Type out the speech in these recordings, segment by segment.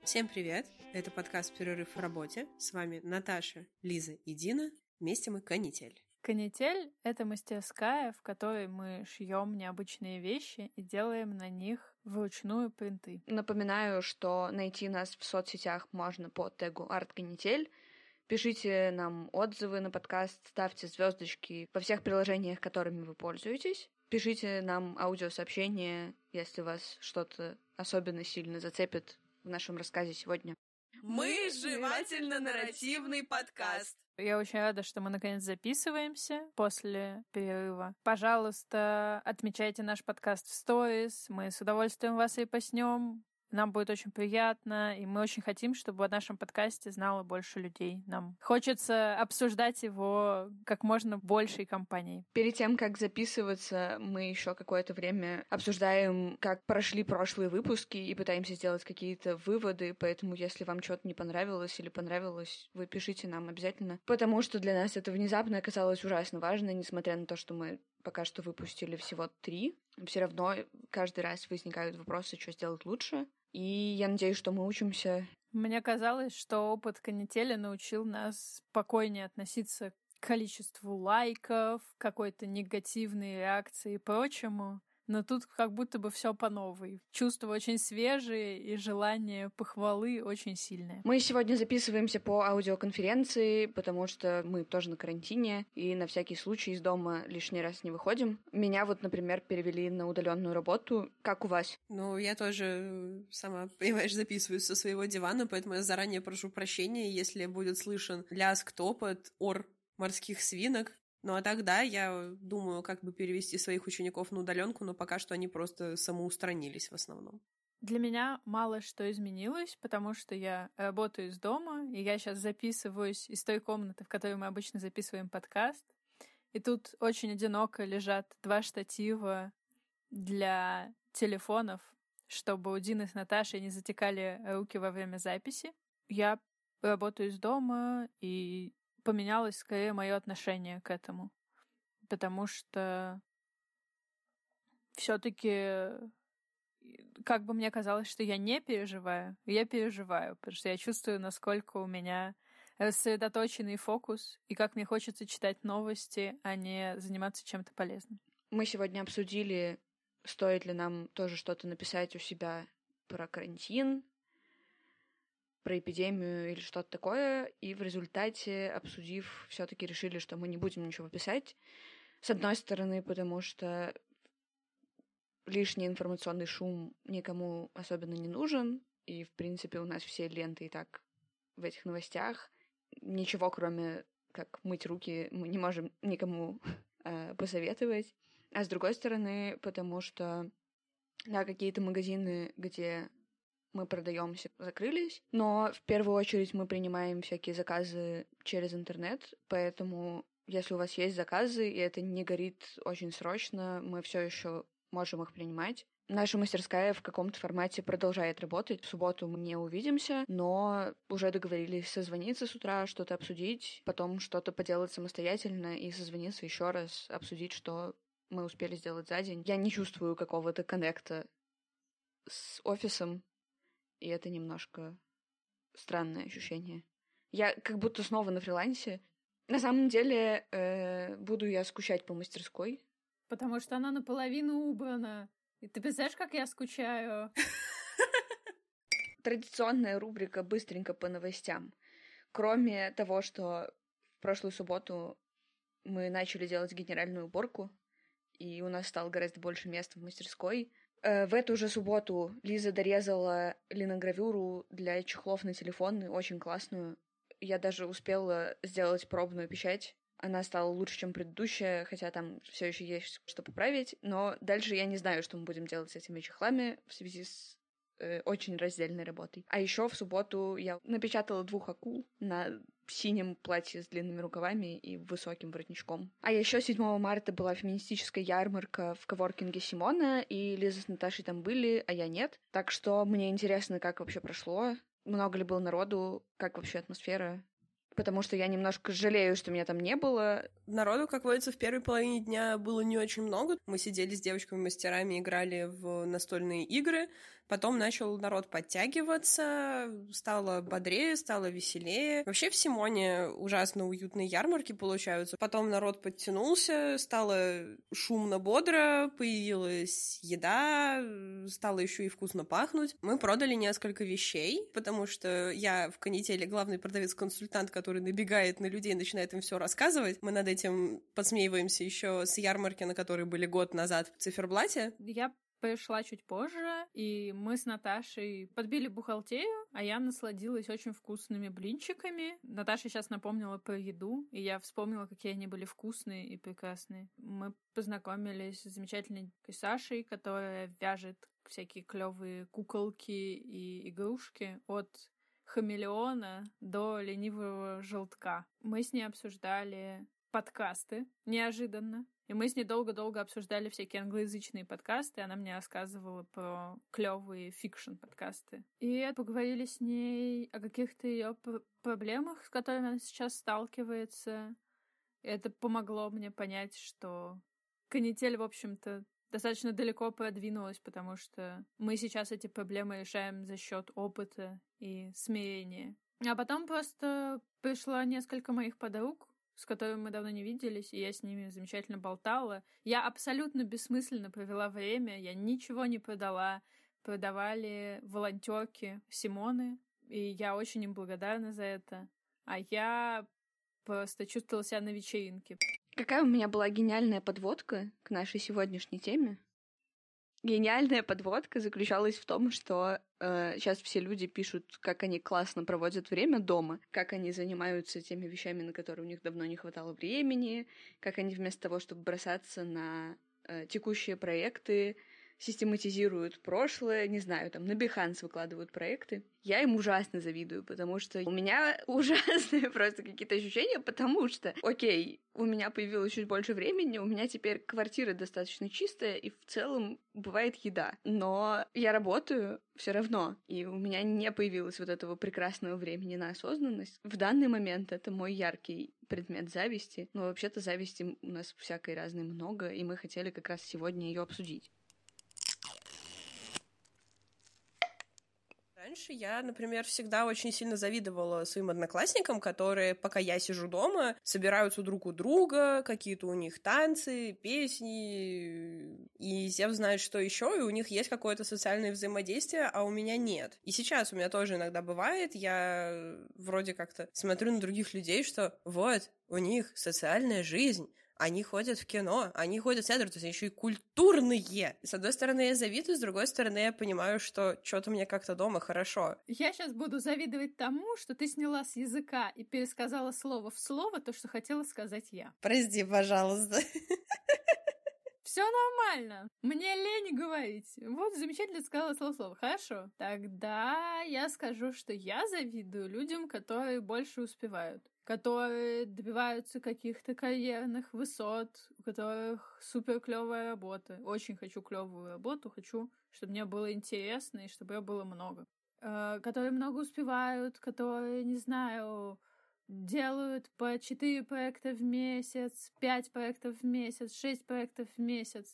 Всем привет! Это подкаст «Перерыв в работе». С вами Наташа, Лиза и Дина. Вместе мы «Канитель». «Канитель» — это мастерская, в которой мы шьем необычные вещи и делаем на них вручную принты. Напоминаю, что найти нас в соцсетях можно по тегу «Арт-Канитель». Пишите нам отзывы на подкаст, ставьте звездочки во всех приложениях, которыми вы пользуетесь. Пишите нам аудиосообщения, если вас что-то особенно сильно зацепит в нашем рассказе сегодня. Мы жевательно-нарративный подкаст. Я очень рада, что мы наконец записываемся после перерыва. Пожалуйста, отмечайте наш подкаст в сторис. Мы с удовольствием вас репостнем. Нам будет очень приятно, и мы очень хотим, чтобы о нашем подкасте знало больше людей. Нам хочется обсуждать его как можно большей компанией. Перед тем, как записываться, мы еще какое-то время обсуждаем, как прошли прошлые выпуски, и пытаемся сделать какие-то выводы, поэтому если вам что-то не понравилось или понравилось, вы пишите нам обязательно, потому что для нас это внезапно оказалось ужасно важно, несмотря на то, что мы пока что выпустили всего 3. Все равно каждый раз возникают вопросы, что сделать лучше. И я надеюсь, что мы учимся. Мне казалось, что опыт канителя научил нас спокойнее относиться к количеству лайков, какой-то негативной реакции и прочему. Но тут как будто бы все по новой. Чувства очень свежие и желание похвалы очень сильное. Мы сегодня записываемся по аудиоконференции, потому что мы тоже на карантине, и на всякий случай из дома лишний раз не выходим. Меня вот, например, перевели на удаленную работу. Как у вас? Ну, я тоже сама, понимаешь, записываюсь со своего дивана, поэтому я заранее прошу прощения, если будет слышен лязг, топот, ор морских свинок. Ну а тогда я думаю, как бы перевести своих учеников на удаленку, но пока что они просто самоустранились в основном. Для меня мало что изменилось, потому что я работаю из дома, и я сейчас записываюсь из той комнаты, в которой мы обычно записываем подкаст. И тут очень одиноко лежат 2 штатива для телефонов, чтобы у Дины с Наташей не затекали руки во время записи. Я работаю из дома, и поменялось скорее мое отношение к этому. Потому что все-таки как бы мне казалось, что я не переживаю, я переживаю, потому что я чувствую, насколько у меня рассредоточенный фокус, и как мне хочется читать новости, а не заниматься чем-то полезным. Мы сегодня обсудили, стоит ли нам тоже что-то написать у себя про карантин, про эпидемию или что-то такое, и в результате, обсудив, все-таки решили, что мы не будем ничего писать. С одной стороны, потому что лишний информационный шум никому особенно не нужен, и, в принципе, у нас все ленты и так в этих новостях. Ничего, кроме как мыть руки, мы не можем никому посоветовать. А с другой стороны, потому что, да, какие-то магазины, где мы продаемся, закрылись, но в первую очередь мы принимаем всякие заказы через интернет, поэтому если у вас есть заказы, и это не горит очень срочно, мы все еще можем их принимать. Наша мастерская в каком-то формате продолжает работать. В субботу мы не увидимся, но уже договорились созвониться с утра, что-то обсудить, потом что-то поделать самостоятельно и созвониться еще раз, обсудить, что мы успели сделать за день. Я не чувствую какого-то коннекта с офисом, и это немножко странное ощущение. Я как будто снова на фрилансе. На самом деле, буду я скучать по мастерской. Потому что она наполовину убрана. И ты представляешь, как я скучаю? Традиционная рубрика «Быстренько по новостям». Кроме того, что в прошлую субботу мы начали делать генеральную уборку, и у нас стало гораздо больше мест в мастерской, в эту же субботу Лиза дорезала линогравюру для чехлов на телефоны, очень классную. Я даже успела сделать пробную печать. Она стала лучше, чем предыдущая, хотя там все еще есть что поправить. Но дальше я не знаю, что мы будем делать с этими чехлами в связи с очень раздельной работой. А еще в субботу я напечатала 2 акул на синем платье с длинными рукавами и высоким воротничком. А еще 7 марта была феминистическая ярмарка в коворкинге Симона, и Лиза с Наташей там были, а я нет. Так что мне интересно, как вообще прошло, много ли было народу, как вообще атмосфера. Потому что я немножко жалею, что меня там не было. Народу, как водится, в первой половине дня было не очень много. Мы сидели с девочками-мастерами, играли в настольные игры. Потом начал народ подтягиваться, стало бодрее, стало веселее. Вообще в Симоне ужасно уютные ярмарки получаются. Потом народ подтянулся, стало шумно, бодро, появилась еда, стало еще и вкусно пахнуть. Мы продали несколько вещей, потому что я в канителе главный продавец-консультант, который набегает на людей и начинает им все рассказывать. Мы над этим подсмеиваемся еще с ярмарки, на которой были год назад в Циферблате. Я пришла чуть позже, и мы с Наташей подбили бухгалтерию, а я насладилась очень вкусными блинчиками. Наташа сейчас напомнила про еду, и я вспомнила, какие они были вкусные и прекрасные. Мы познакомились с замечательной Сашей, которая вяжет всякие клевые куколки и игрушки от хамелеона до ленивого желтка. Мы с ней обсуждали подкасты неожиданно. И мы с ней долго-долго обсуждали всякие англоязычные подкасты. Она мне рассказывала про клевые фикшн-подкасты. И поговорили с ней о каких-то ее проблемах, с которыми она сейчас сталкивается. И это помогло мне понять, что канитель, в общем-то, достаточно далеко продвинулась, потому что мы сейчас эти проблемы решаем за счет опыта и смирения. А потом просто пришло несколько моих подруг, с которыми мы давно не виделись, и я с ними замечательно болтала. Я абсолютно бессмысленно провела время, я ничего не продала. Продавали волонтерки Симоны, и я очень им благодарна за это. А я просто чувствовала себя на вечеринке. Какая у меня была гениальная подводка к нашей сегодняшней теме? Гениальная подводка заключалась в том, что сейчас все люди пишут, как они классно проводят время дома, как они занимаются теми вещами, на которые у них давно не хватало времени, как они вместо того, чтобы бросаться на текущие проекты, систематизируют прошлое, не знаю, там на Behance выкладывают проекты. Я им ужасно завидую, потому что у меня ужасные просто какие-то ощущения, потому что, окей, у меня появилось чуть больше времени, у меня теперь квартира достаточно чистая, и в целом бывает еда. Но я работаю все равно, и у меня не появилось вот этого прекрасного времени на осознанность. В данный момент это мой яркий предмет зависти, но вообще-то зависти у нас всякой разной много, и мы хотели как раз сегодня ее обсудить. Раньше я, например, всегда очень сильно завидовала своим одноклассникам, которые, пока я сижу дома, собираются друг у друга, какие-то у них танцы, песни, и Зев знает, что еще, и у них есть какое-то социальное взаимодействие, а у меня нет. И сейчас у меня тоже иногда бывает, я вроде как-то смотрю на других людей, что вот, у них социальная жизнь, они ходят в кино, они ходят в театр, то есть они еще и культурные. С одной стороны, я завидую, с другой стороны, я понимаю, что что-то мне как-то дома хорошо. Я сейчас буду завидовать тому, что ты сняла с языка и пересказала слово в слово то, что хотела сказать я. Прости, пожалуйста. Все нормально. Мне лень говорить. Вот замечательно сказала слово в слово. Хорошо. Тогда я скажу, что я завидую людям, которые больше успевают, которые добиваются каких-то карьерных высот, у которых супер клевая работа. Очень хочу клевую работу, хочу, чтобы мне было интересно и чтобы ее было много. Которые много успевают, которые, не знаю, делают по 4 проекта в месяц, 5 проектов в месяц, 6 проектов в месяц.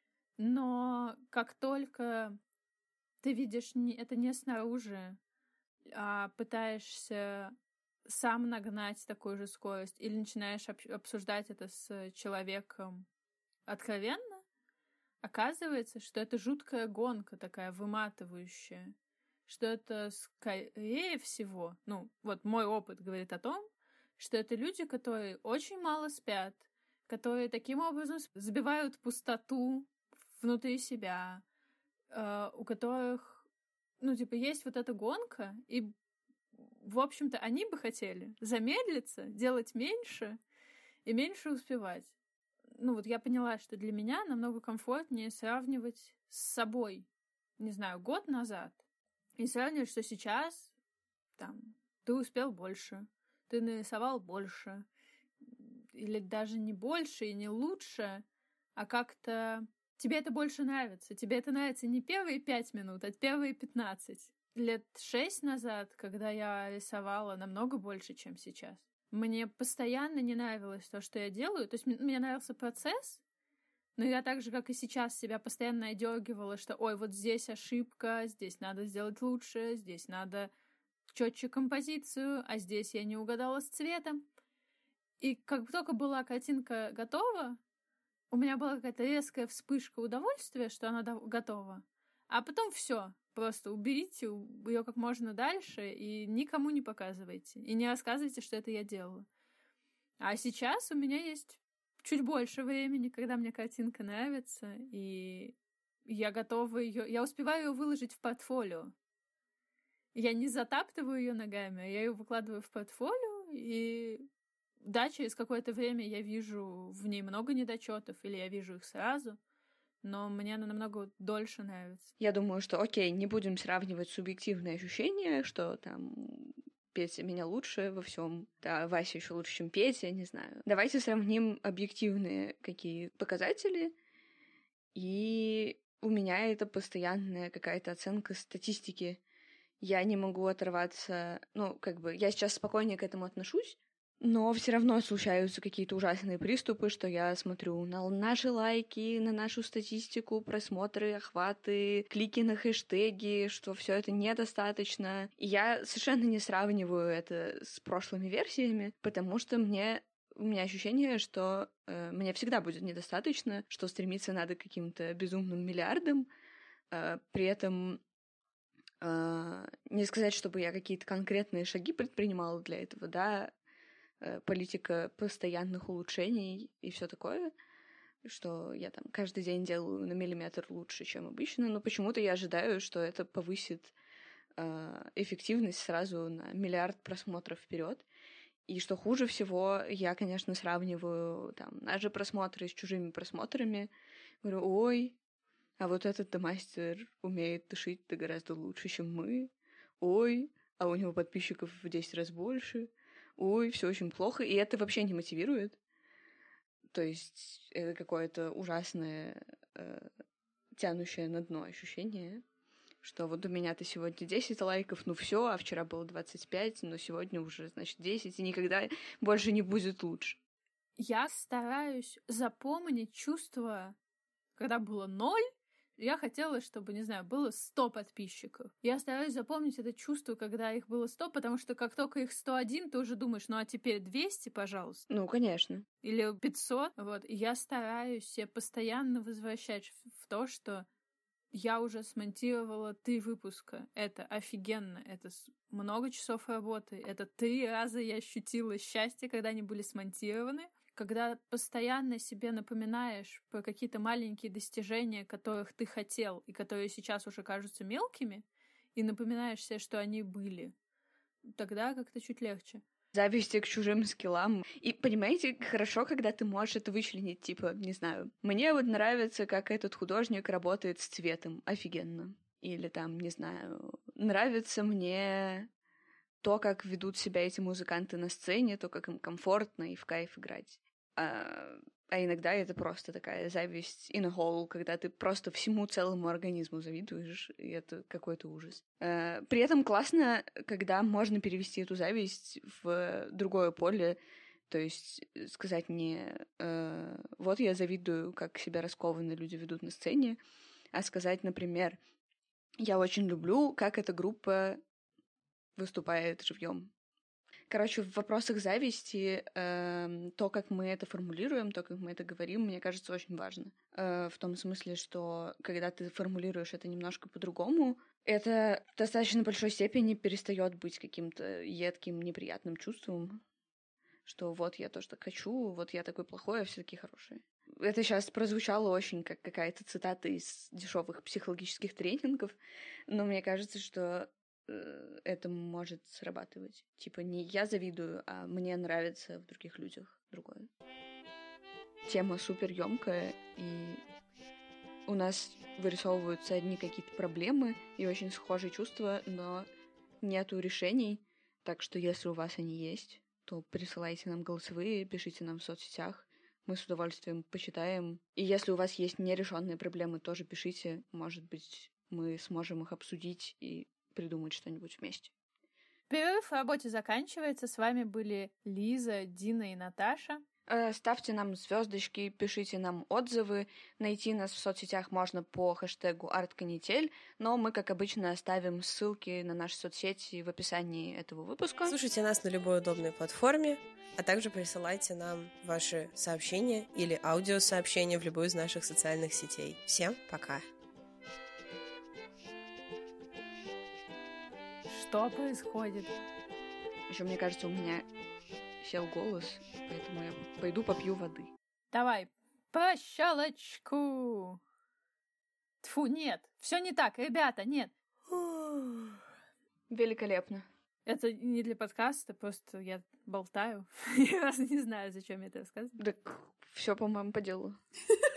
Но как только ты видишь это не снаружи, а пытаешься сам нагнать такую же скорость или начинаешь обсуждать это с человеком откровенно, оказывается, что это жуткая гонка такая выматывающая, что это скорее всего, ну, вот мой опыт говорит о том, что это люди, которые очень мало спят, которые таким образом забивают пустоту внутри себя, у которых, ну, типа, есть вот эта гонка, и в общем-то, они бы хотели замедлиться, делать меньше и меньше успевать. Ну вот я поняла, что для меня намного комфортнее сравнивать с собой, не знаю, год назад, и сравнивать, что сейчас там ты успел больше, ты нарисовал больше, или даже не больше и не лучше, а как-то тебе это больше нравится. Тебе это нравится не первые 5 минут, а первые 15. Лет 6 назад, когда я рисовала намного больше, чем сейчас, мне постоянно не нравилось то, что я делаю. То есть мне нравился процесс, Но я так же, как и сейчас, себя постоянно одергивала, что ой, вот здесь ошибка, здесь надо сделать лучше, здесь надо четче композицию, а здесь я не угадала с цветом. И как только была картинка готова, у меня была какая-то резкая вспышка удовольствия, что она готова. А потом все. Просто уберите ее как можно дальше и никому не показывайте. И не рассказывайте, что это я делала. А сейчас у меня есть чуть больше времени, когда мне картинка нравится, и я готова ее... Я успеваю ее выложить в портфолио. Я не затаптываю ее ногами, а я ее выкладываю в портфолио, и да, через какое-то время я вижу в ней много недочетов, или я вижу их сразу, но мне она намного дольше нравится. Я думаю, что окей, не будем сравнивать субъективные ощущения, что там Петя меня лучше во всем, да, Вася еще лучше, чем Петя, не знаю. Давайте сравним объективные какие показатели, и у меня это постоянная какая-то оценка статистики. Я не могу оторваться, я сейчас спокойнее к этому отношусь, но все равно случаются какие-то ужасные приступы, что я смотрю на наши лайки, на нашу статистику, просмотры, охваты, клики на хэштеги, что все это недостаточно. И я совершенно не сравниваю это с прошлыми версиями, потому что у меня ощущение, что мне всегда будет недостаточно, что стремиться надо к каким-то безумным миллиардам, при этом не сказать, чтобы я какие-то конкретные шаги предпринимала для этого, да, политика постоянных улучшений и все такое, что я там каждый день делаю на миллиметр лучше, чем обычно, но почему-то я ожидаю, что это повысит эффективность сразу на миллиард просмотров вперед. И что хуже всего, я, конечно, сравниваю там наши просмотры с чужими просмотрами. Говорю, ой, а вот этот мастер умеет шить-то гораздо лучше, чем мы. Ой, а у него подписчиков в 10 раз больше. Ой, все очень плохо, и это вообще не мотивирует. То есть это какое-то ужасное, тянущее на дно ощущение, что вот у меня-то сегодня 10 лайков, ну все, а вчера было 25, но сегодня уже, значит, 10, и никогда больше не будет лучше. Я стараюсь запомнить чувство, когда было 0, я хотела, чтобы, не знаю, было 100 подписчиков. Я стараюсь запомнить это чувство, когда их было 100, потому что как только их 101, ты уже думаешь, ну а теперь 200, пожалуйста. Ну, конечно. Или 500. Вот. И я стараюсь себя постоянно возвращать в то, что я уже смонтировала 3 выпуска. Это офигенно. Это много часов работы. Это 3 раза я ощутила счастье, когда они были смонтированы. Когда постоянно себе напоминаешь про какие-то маленькие достижения, которых ты хотел, и которые сейчас уже кажутся мелкими, и напоминаешь себе, что они были, тогда как-то чуть легче. Зависти к чужим скиллам. И, понимаете, хорошо, когда ты можешь это вычленить, типа, не знаю, мне вот нравится, как этот художник работает с цветом, офигенно. Или там, не знаю, нравится мне то, как ведут себя эти музыканты на сцене, то, как им комфортно и в кайф играть. А иногда это просто такая зависть in a whole, когда ты просто всему целому организму завидуешь, и это какой-то ужас. При этом классно, когда можно перевести эту зависть в другое поле, то есть сказать не «вот я завидую, как себя раскованно люди ведут на сцене», а сказать, например, «я очень люблю, как эта группа выступает живьем». Короче, в вопросах зависти то, как мы это формулируем, то, как мы это говорим, мне кажется, очень важно. В том смысле, что когда ты формулируешь это немножко по-другому, это в достаточно большой степени перестает быть каким-то едким, неприятным чувством, что вот я тоже так хочу, вот я такой плохой, а все такие хорошие. Это сейчас прозвучало очень как какая-то цитата из дешевых психологических тренингов, но мне кажется, что это может срабатывать. Типа не я завидую, а мне нравится в других людях другое. Тема супер ёмкая, и у нас вырисовываются одни какие-то проблемы и очень схожие чувства, но нету решений. Так что если у вас они есть, то присылайте нам голосовые, пишите нам в соцсетях. Мы с удовольствием почитаем. И если у вас есть нерешенные проблемы, тоже пишите. Может быть, мы сможем их обсудить и придумать что-нибудь вместе. Перерыв в работе заканчивается. С вами были Лиза, Дина и Наташа. Ставьте нам звездочки, пишите нам отзывы. Найти нас в соцсетях можно по хэштегу #ArtCanитель, но мы, как обычно, оставим ссылки на наши соцсети в описании этого выпуска. Слушайте нас на любой удобной платформе, а также присылайте нам ваши сообщения или аудиосообщения в любую из наших социальных сетей. Всем пока! Что происходит? Еще, мне кажется, у меня сел голос, поэтому я пойду попью воды. Давай, по щелчку. Тьфу, нет, все не так, ребята, нет. Великолепно. Это не для подкаста, просто я болтаю. Я не знаю, зачем я это рассказываю. Так все, по-моему, по делу.